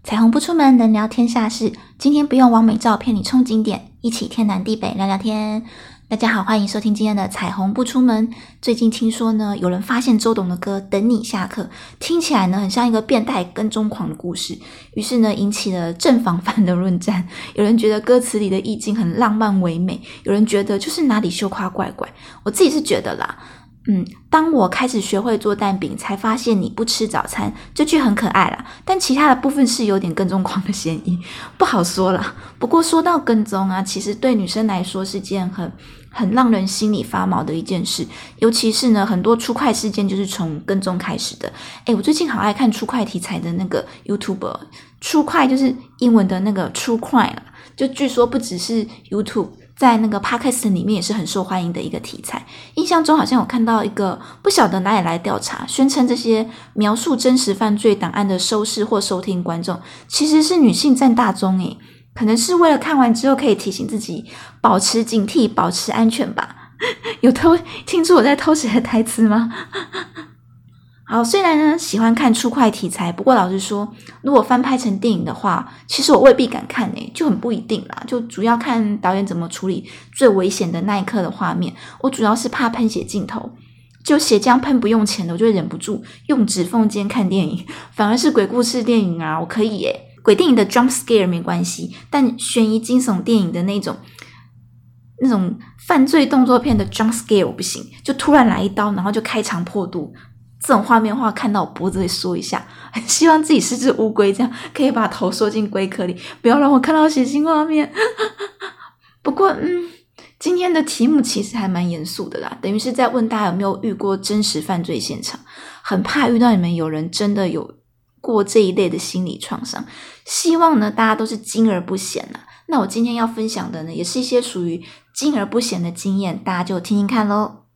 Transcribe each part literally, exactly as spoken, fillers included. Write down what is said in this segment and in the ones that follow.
彩虹不出门，能聊天下事。今天不用完美照骗你冲景点，一起天南地北聊聊天。大家好，欢迎收听今天的彩虹不出门。最近听说呢，有人发现周董的歌《等你下课》听起来呢很像一个变态跟踪狂的故事，于是呢引起了正反方的论战。有人觉得歌词里的意境很浪漫唯美，有人觉得就是哪里羞夸怪怪。我自己是觉得啦，嗯，当我开始学会做蛋饼，才发现你不吃早餐，这句很可爱啦，但其他的部分是有点跟踪狂的嫌疑，不好说啦。不过说到跟踪啊，其实对女生来说是件很很让人心里发毛的一件事，尤其是呢，很多出快事件就是从跟踪开始的。诶，我最近好爱看出快题材的那个 YouTuber， 出快就是英文的那个 True Crime 啦，就据说不只是 YouTube，在那个 Podcast 里面也是很受欢迎的一个题材。印象中好像有看到一个不晓得哪里来调查，宣称这些描述真实犯罪档案的收视或收听观众其实是女性占大宗诶，可能是为了看完之后可以提醒自己保持警惕，保持安全吧。有偷听出我在偷写的台词吗？好，虽然呢喜欢看出快题材，不过老实说，如果翻拍成电影的话，其实我未必敢看诶，就很不一定啦。就主要看导演怎么处理最危险的那一刻的画面。我主要是怕喷血镜头，就血浆喷不用钱的，我就会忍不住用指缝间看电影。反而是鬼故事电影啊，我可以耶。鬼电影的 jump scare 没关系，但悬疑惊悚电影的那种那种犯罪动作片的 jump scare 我不行，就突然来一刀，然后就开肠破肚。这种画面的话，看到我脖子会缩一下，很希望自己是只乌龟，这样可以把头缩进龟壳里，不要让我看到血腥画面。不过，嗯，今天的题目其实还蛮严肃的啦，等于是在问大家有没有遇过真实犯罪现场，很怕遇到你们有人真的有过这一类的心理创伤，希望呢大家都是惊而不险啦。那我今天要分享的呢，也是一些属于惊而不险的经验，大家就听听看咯。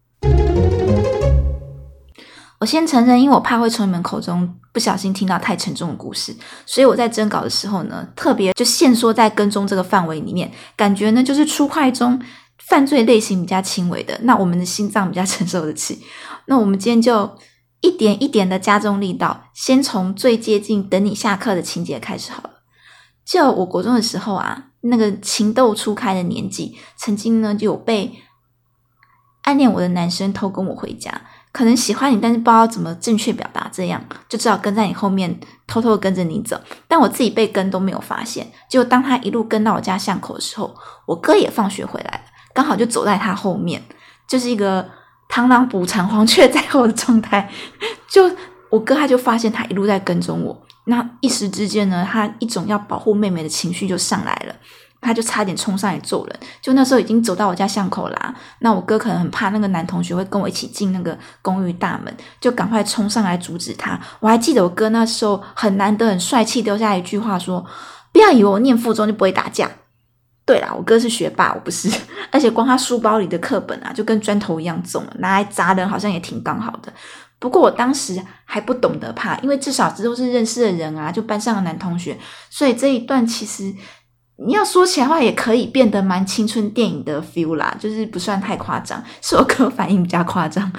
我先承认，因为我怕会从你们口中不小心听到太沉重的故事，所以我在征稿的时候呢，特别就限缩在跟踪这个范围里面，感觉呢就是出快中犯罪类型比较轻微的，那我们的心脏比较承受得起。那我们今天就一点一点的加重力道，先从最接近等你下课的情节开始好了。就我国中的时候啊，那个情窦初开的年纪，曾经呢就有被暗恋我的男生偷跟我回家，可能喜欢你，但是不知道怎么正确表达，这样就只好跟在你后面偷偷跟着你走，但我自己被跟都没有发现。结果当他一路跟到我家巷口的时候，我哥也放学回来了，刚好就走在他后面，就是一个螳螂捕蝉黄雀在后的状态。就我哥他就发现他一路在跟踪我，那一时之间呢，他一种要保护妹妹的情绪就上来了，他就差点冲上来揍人。就那时候已经走到我家巷口啦、啊，那我哥可能很怕那个男同学会跟我一起进那个公寓大门，就赶快冲上来阻止他。我还记得我哥那时候很难得很帅气丢下一句话说，不要以为我念附中就不会打架。对啦，我哥是学霸，我不是，而且光他书包里的课本啊就跟砖头一样重，拿来砸人好像也挺刚好的。不过我当时还不懂得怕，因为至少这都是认识的人啊，就班上的男同学，所以这一段其实你要说起来的话，也可以变得蛮青春电影的 feel 啦，就是不算太夸张，是我哥反应比较夸张。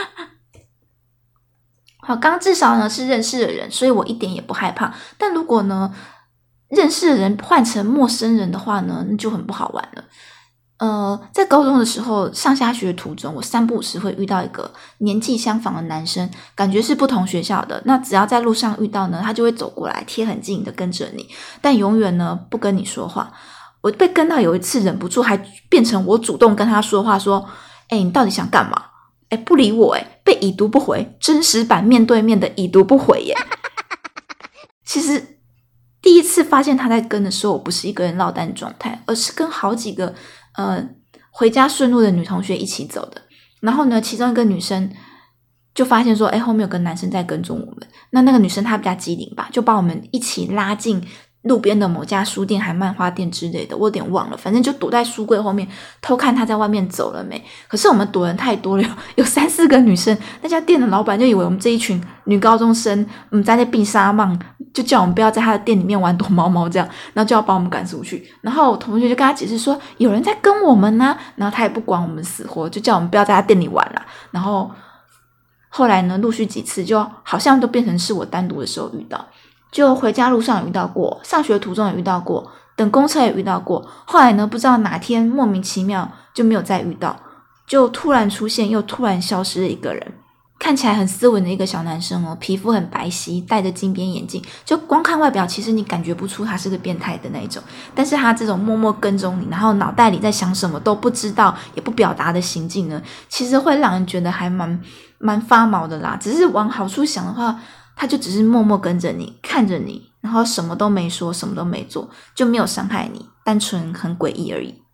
好，刚刚至少呢是认识的人，所以我一点也不害怕。但如果呢认识的人换成陌生人的话呢，那就很不好玩了。呃，在高中的时候，上下学途中，我三不五时会遇到一个年纪相仿的男生，感觉是不同学校的。那只要在路上遇到呢，他就会走过来，贴很近的跟着你，但永远呢不跟你说话。我被跟到有一次忍不住，还变成我主动跟他说话，说：“哎，你到底想干嘛？”哎，不理我，哎，被已读不回，真实版面对面的已读不回耶。其实第一次发现他在跟的时候，我不是一个人落单状态，而是跟好几个呃回家顺路的女同学一起走的。然后呢，其中一个女生就发现说，诶，后面有个男生在跟踪我们。那那个女生她比较机灵吧，就把我们一起拉进路边的某家书店还漫画店之类的，我有点忘了，反正就躲在书柜后面偷看他在外面走了没。可是我们躲人太多了，有三四个女生，那家店的老板就以为我们这一群女高中生嗯在那避沙梦，就叫我们不要在他的店里面玩躲猫猫这样，然后就要把我们赶出去。然后我同学就跟他解释说有人在跟我们啊，然后他也不管我们死活，就叫我们不要在他店里玩啦。然后后来呢，陆续几次就好像都变成是我单独的时候遇到。 就回家路上有遇到过，上学途中有遇到过，等公车也遇到过，后来呢不知道哪天莫名其妙就没有再遇到，就突然出现又突然消失了一个人，看起来很斯文的一个小男生哦，皮肤很白皙，戴着金边眼镜，就光看外表其实你感觉不出他是个变态的那一种，但是他这种默默跟踪你，然后脑袋里在想什么都不知道也不表达的行径呢，其实会让人觉得还蛮蛮发毛的啦。只是往好处想的话，他就只是默默跟着你，看着你，然后什么都没说，什么都没做，就没有伤害你，单纯很诡异而已。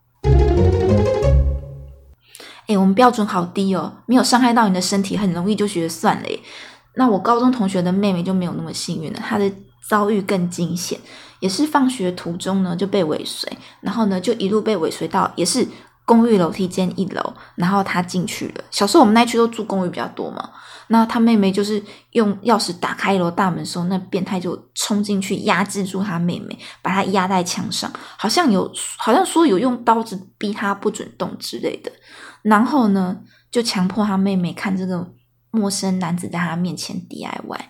诶，我们标准好低哦，没有伤害到你的身体，很容易就觉得算了耶。那我高中同学的妹妹就没有那么幸运了，她的遭遇更惊险，也是放学途中呢就被尾随，然后呢就一路被尾随到也是公寓楼梯间一楼，然后她进去了。小时候我们那区都住公寓比较多嘛，那她妹妹就是用钥匙打开一楼大门的时候，那变态就冲进去压制住她妹妹，把她压在墙上，好像有好像说有用刀子逼她不准动之类的。然后呢就强迫他妹妹看这个陌生男子在他面前 D I Y。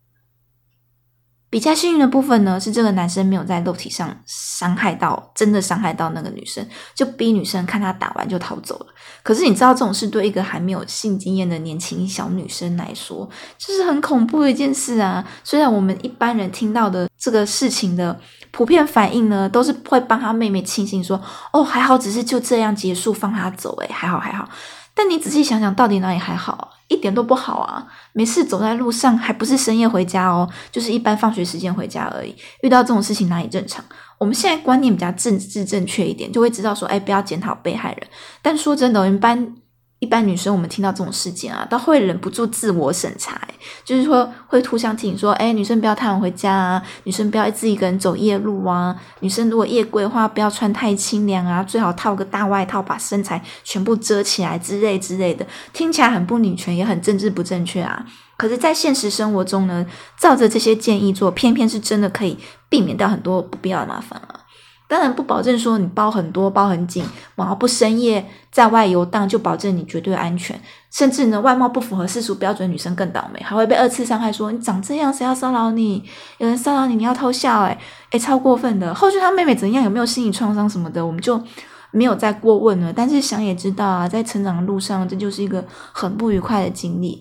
比较幸运的部分呢是这个男生没有在肉体上伤害到真的伤害到那个女生，就逼女生看他打完就逃走了。可是你知道这种事对一个还没有性经验的年轻小女生来说就是很恐怖的一件事啊。虽然我们一般人听到的这个事情的普遍反应呢都是会帮他妹妹庆幸说哦还好只是就这样结束放他走，诶还好还好。但你仔细想想到底哪里还好，一点都不好啊。没事走在路上还不是深夜回家哦，就是一般放学时间回家而已，遇到这种事情哪里正常。我们现在观念比较政治正确一点，就会知道说哎，不要检讨被害人。但说真的，我们班一般女生我们听到这种事件啊都会忍不住自我审查，诶就是说会互相提醒说诶女生不要太晚回家啊，女生不要自己一个人走夜路啊，女生如果夜归的话不要穿太清凉啊，最好套个大外套把身材全部遮起来之类之类的，听起来很不女权也很政治不正确啊。可是在现实生活中呢，照着这些建议做偏偏是真的可以避免掉很多不必要的麻烦啊。当然不保证说你包很多包很紧，然后不深夜在外游荡就保证你绝对安全，甚至呢外貌不符合世俗标准女生更倒霉，还会被二次伤害说你长这样谁要骚扰你，有人骚扰你你要偷笑，诶诶超过分的。后续他妹妹怎样有没有心理创伤什么的我们就没有再过问了，但是想也知道啊，在成长的路上这就是一个很不愉快的经历。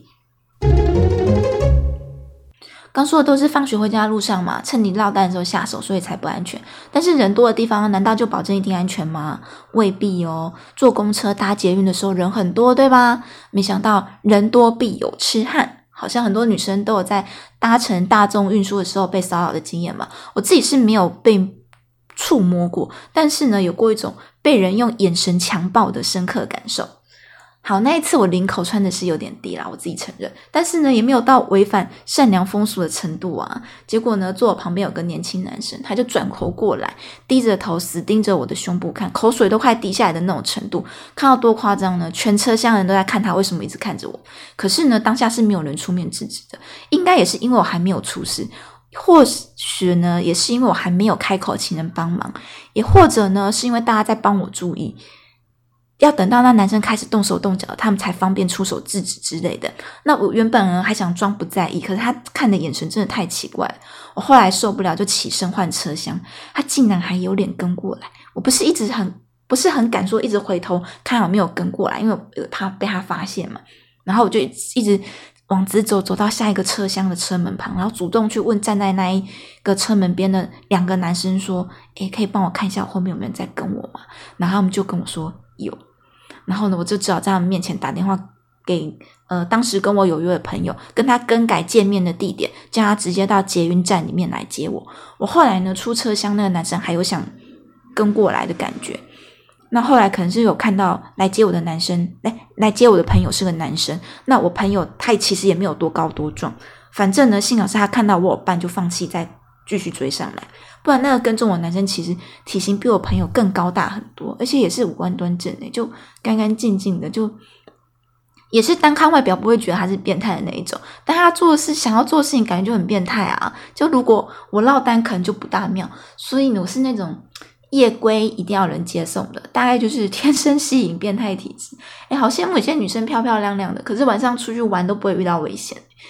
刚说的都是放学回家的路上嘛，趁你落单的时候下手，所以才不安全。但是人多的地方难道就保证一定安全吗？未必哦。坐公车搭捷运的时候人很多对吧？没想到人多必有痴汉，好像很多女生都有在搭乘大众运输的时候被骚扰的经验嘛。我自己是没有被触摸过，但是呢有过一种被人用眼神强暴的深刻感受。好，那一次我领口穿的是有点低啦，我自己承认，但是呢也没有到违反善良风俗的程度啊。结果呢坐我旁边有个年轻男生，他就转头过来，低着头死盯着我的胸部看，口水都快滴下来的那种程度，看到多夸张呢？全车厢人都在看他为什么一直看着我，可是呢当下是没有人出面制止的，应该也是因为我还没有出事，或许呢也是因为我还没有开口请人帮忙，也或者呢是因为大家在帮我注意，要等到那男生开始动手动脚他们才方便出手制止之类的。那我原本呢还想装不在意，可是他看的眼神真的太奇怪了，我后来受不了就起身换车厢，他竟然还有脸跟过来。我不是一直很不是很敢说一直回头看有没有跟过来，因为我怕被他发现嘛，然后我就一直往直走，走到下一个车厢的车门旁，然后主动去问站在那一个车门边的两个男生说诶可以帮我看一下后面有没有人在跟我吗？然后他们就跟我说有，然后呢我就只好在他们面前打电话给呃当时跟我有约的朋友，跟他更改见面的地点，叫他直接到捷运站里面来接我。我后来呢出车厢，那个男生还有想跟过来的感觉，那后来可能是有看到来接我的男生来来接我的朋友是个男生，那我朋友他其实也没有多高多壮，反正呢幸好是他看到我有伴就放弃再继续追上来，不然那个跟踪我的男生其实体型比我朋友更高大很多，而且也是五官端正的，就干干净净的，就也是单看外表不会觉得他是变态的那一种，但他做的事想要做的事情感觉就很变态啊。就如果我落单可能就不大妙，所以呢我是那种夜归一定要人接送的，大概就是天生吸引变态体质。诶好羡慕有些女生漂漂亮亮的，可是晚上出去玩都不会遇到危险。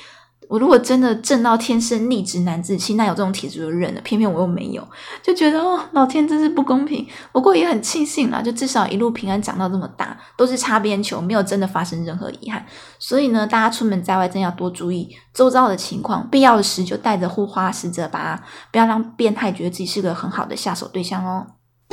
我如果真的正到天生丽质难自弃，那有这种体质就认了，偏偏我又没有，就觉得哦，老天真是不公平。不过也很庆幸啦，就至少一路平安长到这么大，都是擦边球，没有真的发生任何遗憾。所以呢，大家出门在外真要多注意周遭的情况，必要时就带着护花使者吧，不要让变态觉得自己是个很好的下手对象哦。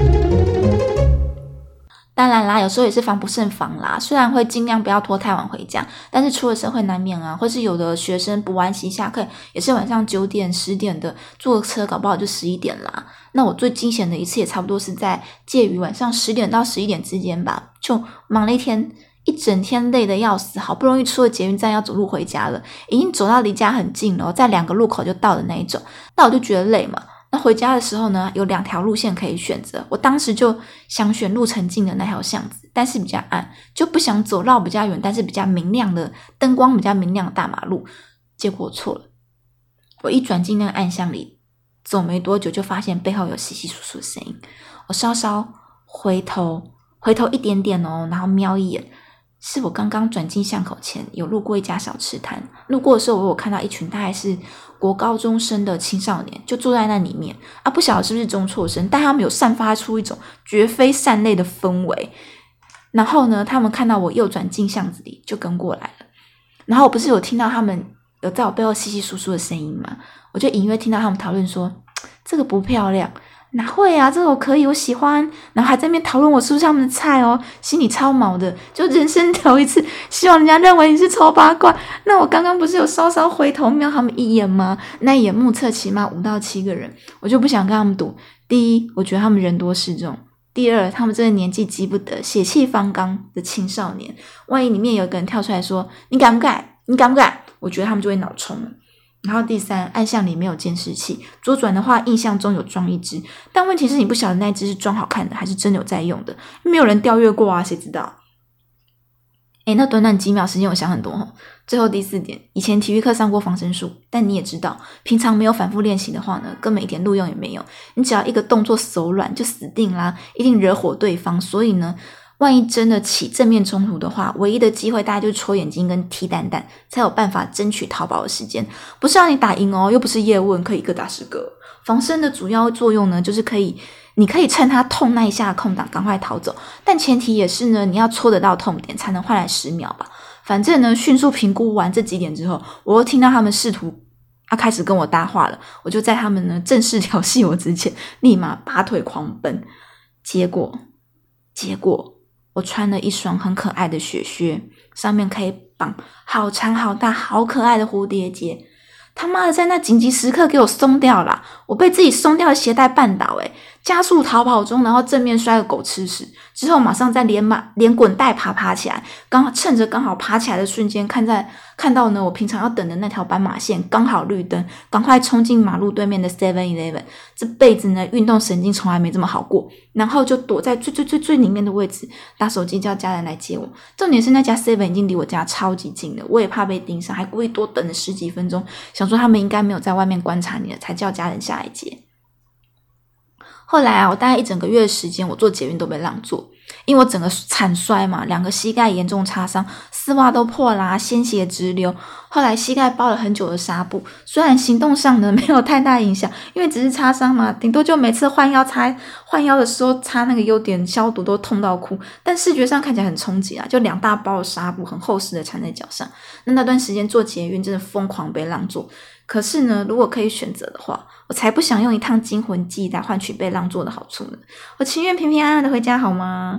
当然啦，有时候也是防不胜防啦，虽然会尽量不要拖太晚回家，但是出了社会难免啊，或是有的学生补完习下课也是晚上九点十点的，坐车搞不好就十一点啦。那我最惊险的一次也差不多是在介于晚上十点到十一点之间吧，就忙了一天，一整天累得要死，好不容易出了捷运站要走路回家了，已经走到离家很近了，在两个路口就到的那一种，那我就觉得累嘛。那回家的时候呢，有两条路线可以选择，我当时就想选路程近的那条巷子，但是比较暗，就不想走绕比较远但是比较明亮的灯光比较明亮的大马路。结果我错了，我一转进那个暗巷里，走没多久就发现背后有窸窸窣窣的声音，我稍稍回头回头一点点哦，然后瞄一眼，是我刚刚转进巷口前有路过一家小吃摊，路过的时候我有看到一群大概是国高中生的青少年就坐在那里面啊，不晓得是不是中辍生，但他们有散发出一种绝非善类的氛围。然后呢，他们看到我右转进巷子里就跟过来了，然后我不是有听到他们有在我背后窸窸窣窣的声音吗？我就隐约听到他们讨论说这个不漂亮，哪会啊，这个我可以，我喜欢，然后还在那边讨论我是不是他们的菜哦，心里超毛的，就人生头一次希望人家认为你是丑八怪。那我刚刚不是有稍稍回头瞄他们一眼吗？那一眼目测起码五到七个人，我就不想跟他们赌。第一，我觉得他们人多势众；第二，他们这个年纪急不得，血气方刚的青少年，万一里面有一个人跳出来说你敢不敢，你敢不敢，我觉得他们就会脑冲了。然后第三，暗巷里没有监视器，左转的话印象中有装一只，但问题是你不晓得那只是装好看的还是真的有在用的，没有人调阅过啊，谁知道。诶，那短短几秒时间我想很多齁。最后第四点，以前体育课上过防身术，但你也知道平常没有反复练习的话呢，根本一点路用也没有，你只要一个动作手软就死定啦，一定惹火对方。所以呢，万一真的起正面冲突的话，唯一的机会大家就是戳眼睛跟踢蛋蛋，才有办法争取逃跑的时间。不是让你打赢哦，又不是叶问可以一个打十个。防身的主要作用呢，就是可以你可以趁他痛那一下的空档赶快逃走，但前提也是呢，你要戳得到痛点才能换来十秒吧。反正呢，迅速评估完这几点之后，我又听到他们试图他开始跟我搭话了，我就在他们呢正式调戏我之前立马拔腿狂奔。结果结果我穿了一双很可爱的雪靴，上面可以绑好长好大好可爱的蝴蝶结，他妈的在那紧急时刻给我松掉啦，我被自己松掉的鞋带绊倒诶，加速逃跑中，然后正面摔个狗吃屎，之后马上再连马连滚带爬爬起来，刚好趁着刚好爬起来的瞬间，看在看到呢我平常要等的那条斑马线刚好绿灯，赶快冲进马路对面的 seven eleven， 这辈子呢运动神经从来没这么好过，然后就躲在最最最最里面的位置打手机叫家人来接我。重点是那家 seven 已经离我家超级近了，我也怕被盯上，还故意多等了十几分钟，想说他们应该没有在外面观察你了，才叫家人下来接。后来啊，我大概一整个月的时间，我做捷运都被让座，因为我整个惨摔嘛，两个膝盖严重擦伤，丝袜都破啦，鲜血直流。后来膝盖包了很久的纱布，虽然行动上呢没有太大影响，因为只是擦伤嘛，顶多就每次换腰擦换腰的时候擦那个优点消毒都痛到哭，但视觉上看起来很冲击啊，就两大包的纱布很厚实的缠在脚上。那那段时间做捷运真的疯狂被让座。可是呢，如果可以选择的话，我才不想用一趟惊魂记来换取被让座的好处呢。我情愿平平安安的回家好吗？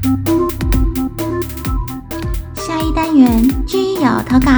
下一单元居友投稿。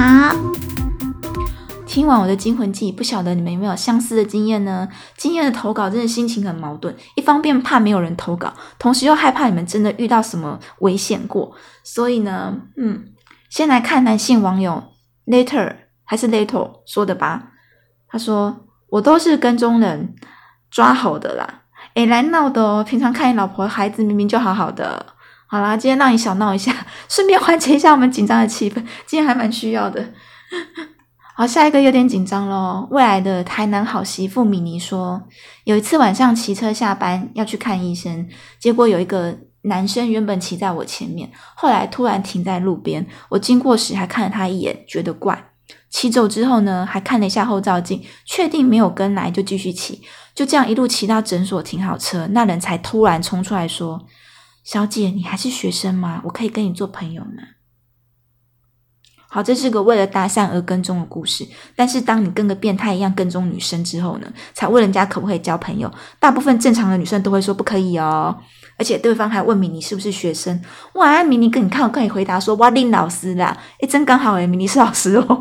听完我的惊魂记，不晓得你们有没有相似的经验呢？今天的投稿真的心情很矛盾，一方面怕没有人投稿，同时又害怕你们真的遇到什么危险过。所以呢，嗯，先来看男性网友 Later 还是 Later 说的吧。他说我都是跟踪人抓好的啦，诶来闹的哦，平常看你老婆孩子明明就好好的。好啦，今天让你小闹一下，顺便缓解一下我们紧张的气氛，今天还蛮需要的。好，下一个有点紧张咯。未来的台南好媳妇米妮说，有一次晚上骑车下班要去看医生，结果有一个男生原本骑在我前面，后来突然停在路边，我经过时还看了他一眼，觉得怪。 骑走之后呢，还看了一下后照镜，确定没有跟来就继续骑。就这样一路骑到诊所停好车，那人才突然冲出来说，小姐，你还是学生吗？我可以跟你做朋友吗？好，这是个为了搭讪而跟踪的故事，但是当你跟个变态一样跟踪女生之后呢，才问人家可不可以交朋友，大部分正常的女生都会说不可以哦，而且对方还问米妮是不是学生。哇，米妮你看我可以回答说哇林老师啦，诶真刚好诶，米妮是老师哦。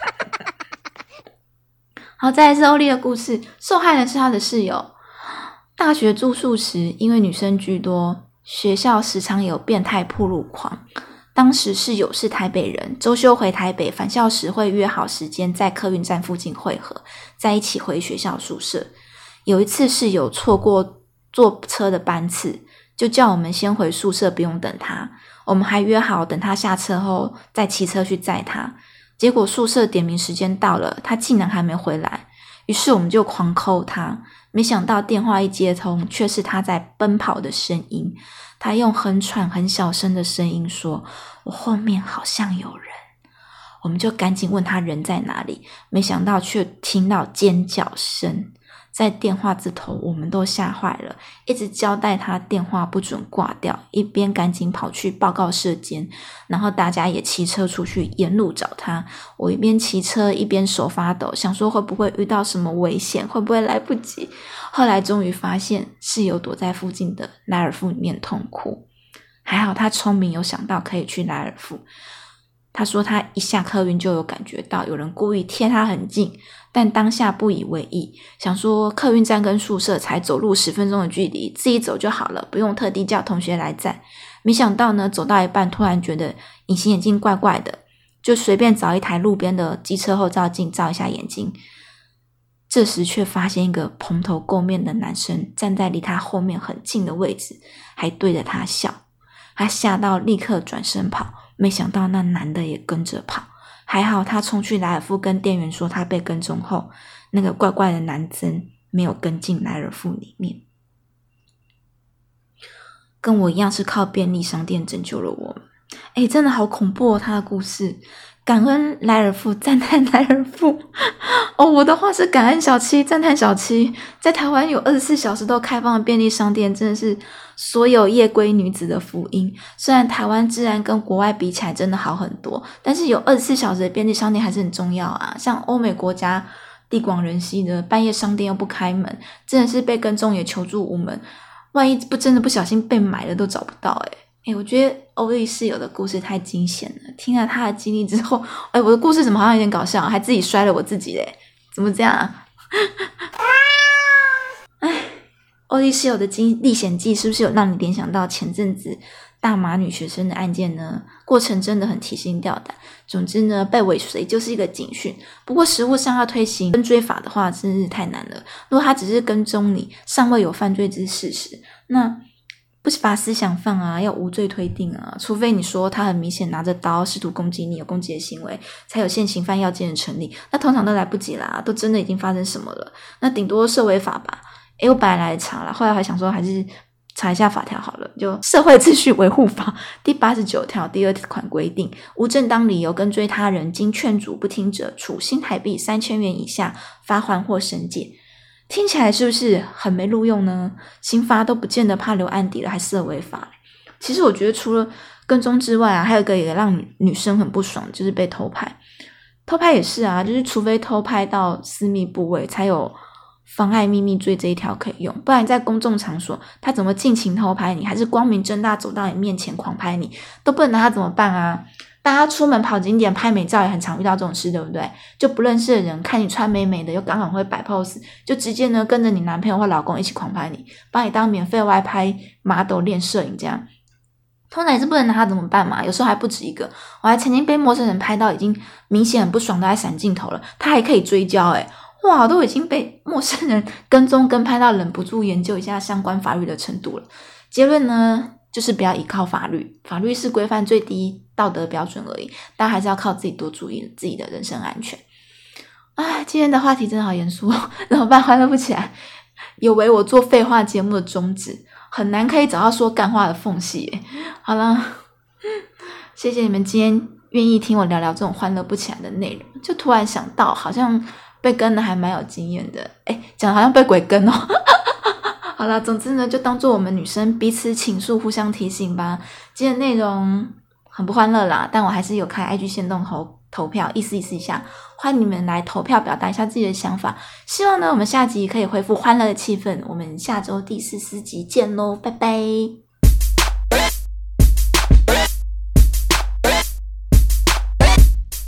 好，再来是欧丽的故事，受害人是她的室友。大学住宿时，因为女生居多，学校时常有变态暴露狂。当时室友是台北人，周休回台北，返校时会约好时间在客运站附近汇合，在一起回学校宿舍。有一次室友错过坐车的班次，就叫我们先回宿舍，不用等他。我们还约好等他下车后再骑车去载他。结果宿舍点名时间到了，他竟然还没回来，于是我们就狂call他，没想到电话一接通，却是他在奔跑的声音。他用很喘很小声的声音说，我后面好像有人。我们就赶紧问他人在哪里，没想到却听到尖叫声。在电话这头我们都吓坏了，一直交代他电话不准挂掉，一边赶紧跑去报告舍监，然后大家也骑车出去沿路找他。我一边骑车一边手发抖，想说会不会遇到什么危险，会不会来不及。后来终于发现室友躲在附近的莱尔富里面痛哭，还好他聪明，有想到可以去莱尔富。他说他一下客运就有感觉到有人故意贴他很近，但当下不以为意，想说客运站跟宿舍才走路十分钟的距离，自己走就好了，不用特地叫同学来载。没想到呢，走到一半突然觉得隐形眼镜怪怪的，就随便找一台路边的机车后照镜照一下眼睛。这时却发现一个蓬头垢面的男生站在离他后面很近的位置，还对着他笑。他吓到立刻转身跑，没想到那男的也跟着跑。还好他冲去莱尔富跟店员说他被跟踪后，那个怪怪的男生没有跟进莱尔富里面。跟我一样是靠便利商店拯救了我们。诶，真的好恐怖哦，他的故事。感恩莱尔富，赞叹莱尔富。哦，我的话是感恩小七，赞叹小七。在台湾有二十四小时都开放的便利商店，真的是所有夜归女子的福音。虽然台湾治安跟国外比起来真的好很多，但是有二十四小时的便利商店还是很重要啊。像欧美国家地广人稀的，半夜商店又不开门，真的是被跟踪也求助无门。万一不真的不小心被买了都找不到诶。诶，我觉得欧丽室友的故事太惊险了，听了他的经历之后，诶，我的故事怎么好像有点搞笑，还自己摔了我自己嘞，怎么这样啊？哎，欧丽室友的经历险记是不是有让你联想到前阵子大马女学生的案件呢？过程真的很提心吊胆。总之呢，被尾随就是一个警讯。不过实务上要推行跟追法的话，真是太难了。如果他只是跟踪你，尚未有犯罪之事实，那不罚思想犯啊，要无罪推定啊，除非你说他很明显拿着刀试图攻击你，有攻击的行为，才有现行犯要件的成立。那通常都来不及啦，都真的已经发生什么了，那顶多社违法吧。诶，我本来来查啦，后来还想说还是查一下法条好了，就社会秩序维护法第八十九条第二款规定，无正当理由跟追他人，经劝阻不听者，处新台币三千元以下罚锾或申诫。听起来是不是很没路用呢？刑罚都不见得怕留案底了，还涉违法。其实我觉得除了跟踪之外啊，还有一个也让女女生很不爽，就是被偷拍。偷拍也是啊，就是除非偷拍到私密部位，才有妨碍秘密罪这一条可以用，不然在公众场所他怎么尽情偷拍你，还是光明正大走到你面前狂拍你，都不能拿他怎么办啊？大家出门跑景点拍美照也很常遇到这种事，对不对？就不认识的人看你穿美美的，又刚好会摆 pose， 就直接呢跟着你男朋友或老公一起狂拍你，把你当免费外拍 model 练摄影这样。通常也是不能拿他怎么办嘛，有时候还不止一个。我还曾经被陌生人拍到已经明显很不爽，都在闪镜头了，他还可以追焦诶、欸哇，都已经被陌生人跟踪跟拍到忍不住研究一下相关法律的程度了。结论呢，就是不要依靠法律，法律是规范最低道德标准而已，大家还是要靠自己多注意自己的人身安全。唉，今天的话题真的好严肃哦，怎么办？欢乐不起来，有违我做废话节目的宗旨，很难可以找到说干话的缝隙耶。好了，谢谢你们今天愿意听我聊聊这种欢乐不起来的内容，就突然想到好像被跟的还蛮有经验的，诶讲得好像被鬼跟哦。好啦，总之呢就当做我们女生彼此倾诉互相提醒吧。今天内容很不欢乐啦，但我还是有开 I G 限动投投票，意思意思一下，欢迎你们来投票表达一下自己的想法。希望呢我们下集可以恢复欢乐的气氛，我们下周第四十集见咯，拜拜。